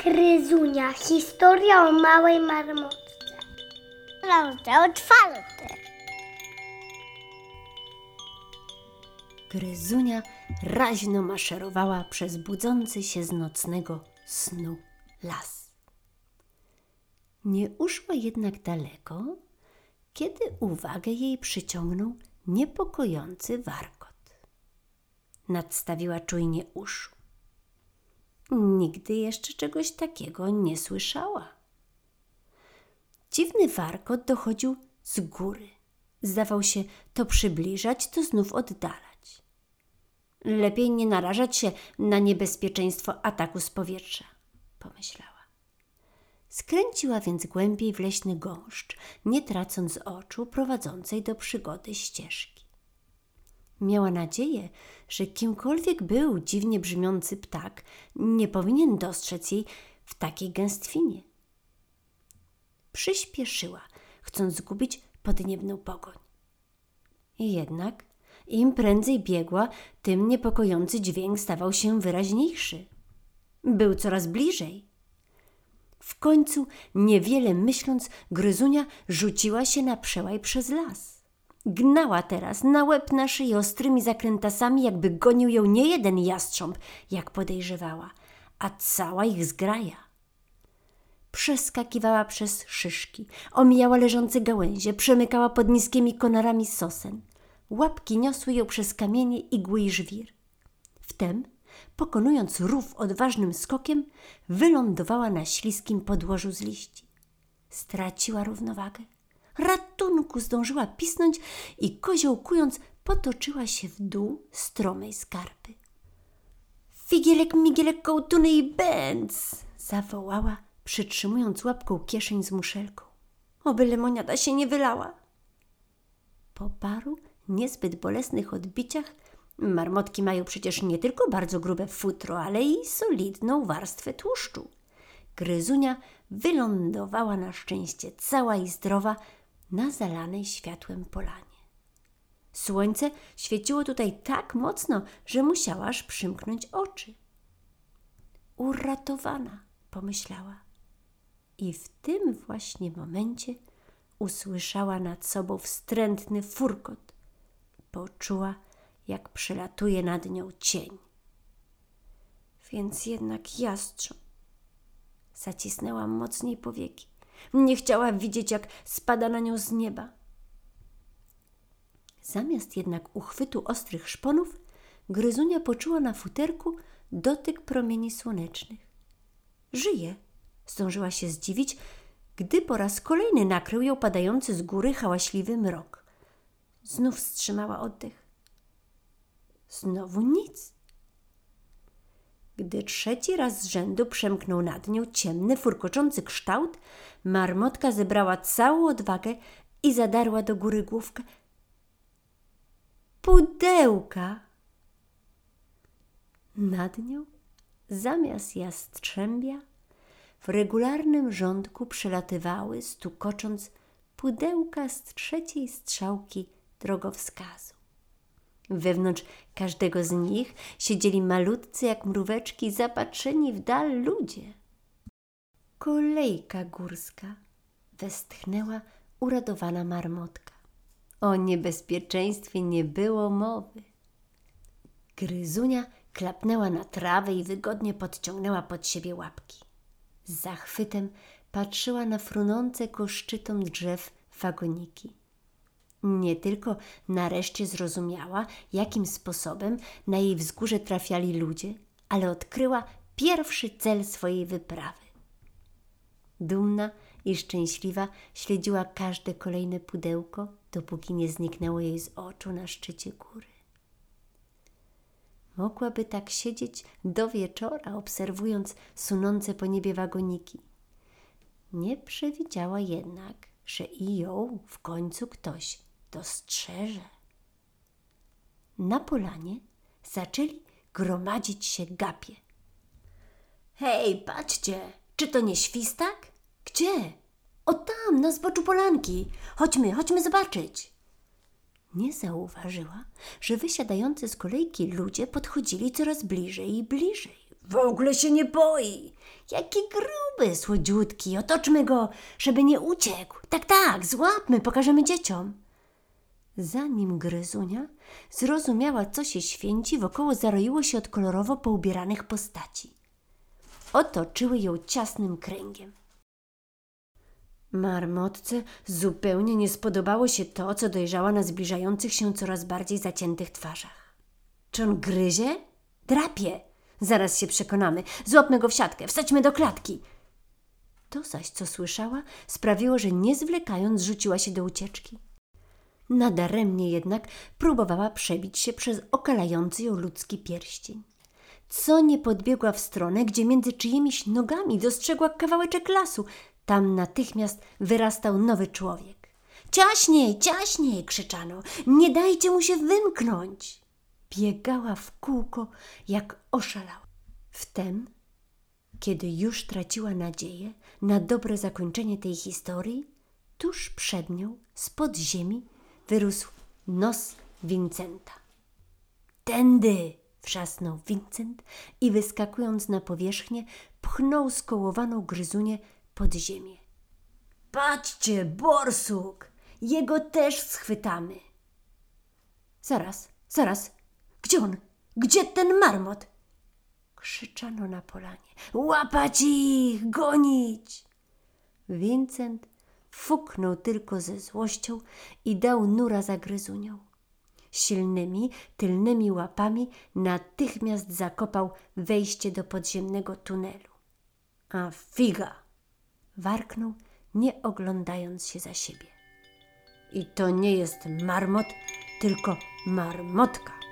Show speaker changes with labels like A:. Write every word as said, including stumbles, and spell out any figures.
A: Gryzunia, historia o małej marmotce. Rozdział czwarty.
B: Gryzunia raźno maszerowała przez budzący się z nocnego snu las. Nie uszła jednak daleko, kiedy uwagę jej przyciągnął niepokojący warkot. Nadstawiła czujnie uszu. Nigdy jeszcze czegoś takiego nie słyszała. Dziwny warkot dochodził z góry. Zdawał się to przybliżać, to znów oddalać. Lepiej nie narażać się na niebezpieczeństwo ataku z powietrza, pomyślała. Skręciła więc głębiej w leśny gąszcz, nie tracąc z oczu prowadzącej do przygody ścieżki. Miała nadzieję, że kimkolwiek był dziwnie brzmiący ptak, nie powinien dostrzec jej w takiej gęstwinie. Przyspieszyła, chcąc zgubić podniebną pogoń. I jednak im prędzej biegła, tym niepokojący dźwięk stawał się wyraźniejszy. Był coraz bliżej. W końcu, niewiele myśląc, Gryzunia rzuciła się na przełaj przez las. Gnała teraz na łeb na szyję ostrymi zakrętasami, jakby gonił ją nie jeden jastrząb, jak podejrzewała, a cała ich zgraja. Przeskakiwała przez szyszki, omijała leżące gałęzie, przemykała pod niskimi konarami sosen. Łapki niosły ją przez kamienie, igły i żwir. Wtem, pokonując rów odważnym skokiem, wylądowała na śliskim podłożu z liści. Straciła równowagę. Ratunku! Zdążyła pisnąć i koziołkując potoczyła się w dół stromej skarpy. Figielek, migielek, kołtuny i bęc! Zawołała, przytrzymując łapką kieszeń z muszelką. Oby lemoniada się nie wylała. Po paru niezbyt bolesnych odbiciach, marmotki mają przecież nie tylko bardzo grube futro, ale i solidną warstwę tłuszczu. Gryzunia wylądowała na szczęście cała i zdrowa na zalanej światłem polanie. Słońce świeciło tutaj tak mocno, że musiała aż przymknąć oczy. Uratowana, pomyślała. I w tym właśnie momencie usłyszała nad sobą wstrętny furkot. Poczuła, jak przelatuje nad nią cień. Więc jednak jastrząb. Zacisnęła mocniej powieki. Nie chciała widzieć, jak spada na nią z nieba. Zamiast jednak uchwytu ostrych szponów, Gryzunia poczuła na futerku dotyk promieni słonecznych. Żyje, zdążyła się zdziwić, gdy po raz kolejny nakrył ją padający z góry hałaśliwy mrok. Znów wstrzymała oddech. Znowu nic. Gdy trzeci raz z rzędu przemknął nad nią ciemny, furkoczący kształt, marmotka zebrała całą odwagę i zadarła do góry główkę. Pudełka! Nad nią, zamiast jastrzębia, w regularnym rządku przelatywały, stukocząc, pudełka z trzeciej strzałki drogowskazu. Wewnątrz każdego z nich siedzieli malutcy jak mróweczki, zapatrzeni w dal ludzie. Kolejka górska, westchnęła uradowana marmotka. O niebezpieczeństwie nie było mowy. Gryzunia klapnęła na trawę i wygodnie podciągnęła pod siebie łapki. Z zachwytem patrzyła na frunące ku szczytom drzew wagoniki. Nie tylko nareszcie zrozumiała, jakim sposobem na jej wzgórze trafiali ludzie, ale odkryła pierwszy cel swojej wyprawy. Dumna i szczęśliwa śledziła każde kolejne pudełko, dopóki nie zniknęło jej z oczu na szczycie góry. Mogłaby tak siedzieć do wieczora, obserwując sunące po niebie wagoniki. Nie przewidziała jednak, że i ją w końcu ktoś dostrzeże. Na polanie zaczęli gromadzić się gapie. Hej, patrzcie, czy to nie świstak? Gdzie? O tam, na zboczu polanki. Chodźmy, chodźmy zobaczyć. Nie zauważyła, że wysiadający z kolejki ludzie podchodzili coraz bliżej i bliżej. W ogóle się nie boi. Jaki gruby, słodziutki. Otoczmy go, żeby nie uciekł. Tak, tak, złapmy, pokażemy dzieciom. Zanim Gryzunia zrozumiała, co się święci, wokoło zaroiło się od kolorowo poubieranych postaci. Otoczyły ją ciasnym kręgiem. Marmotce zupełnie nie spodobało się to, co dojrzała na zbliżających się coraz bardziej zaciętych twarzach. Czy on gryzie? Drapie. Zaraz się przekonamy. Złapmy go w siatkę, wsadźmy do klatki. To zaś, co słyszała, sprawiło, że nie zwlekając rzuciła się do ucieczki. Nadaremnie jednak próbowała przebić się przez okalający ją ludzki pierścień. Co nie podbiegła w stronę, gdzie między czyimiś nogami dostrzegła kawałeczek lasu, tam natychmiast wyrastał nowy człowiek. Ciaśniej, ciaśniej, krzyczano, nie dajcie mu się wymknąć. Biegała w kółko, jak oszalała. Wtem, kiedy już traciła nadzieję na dobre zakończenie tej historii, tuż przed nią, spod ziemi, wyrósł nos Wincenta. Tędy! Wrzasnął Wincent i wyskakując na powierzchnię, pchnął skołowaną Gryzunię pod ziemię. Patrzcie, borsuk! Jego też schwytamy! Zaraz, zaraz! Gdzie on? Gdzie ten marmot? Krzyczano na polanie. Łapać ich! Gonić! Wincent fuknął tylko ze złością i dał nura za Gryzunią. Silnymi, tylnymi łapami natychmiast zakopał wejście do podziemnego tunelu. A figa! Warknął, nie oglądając się za siebie. I to nie jest marmot, tylko marmotka.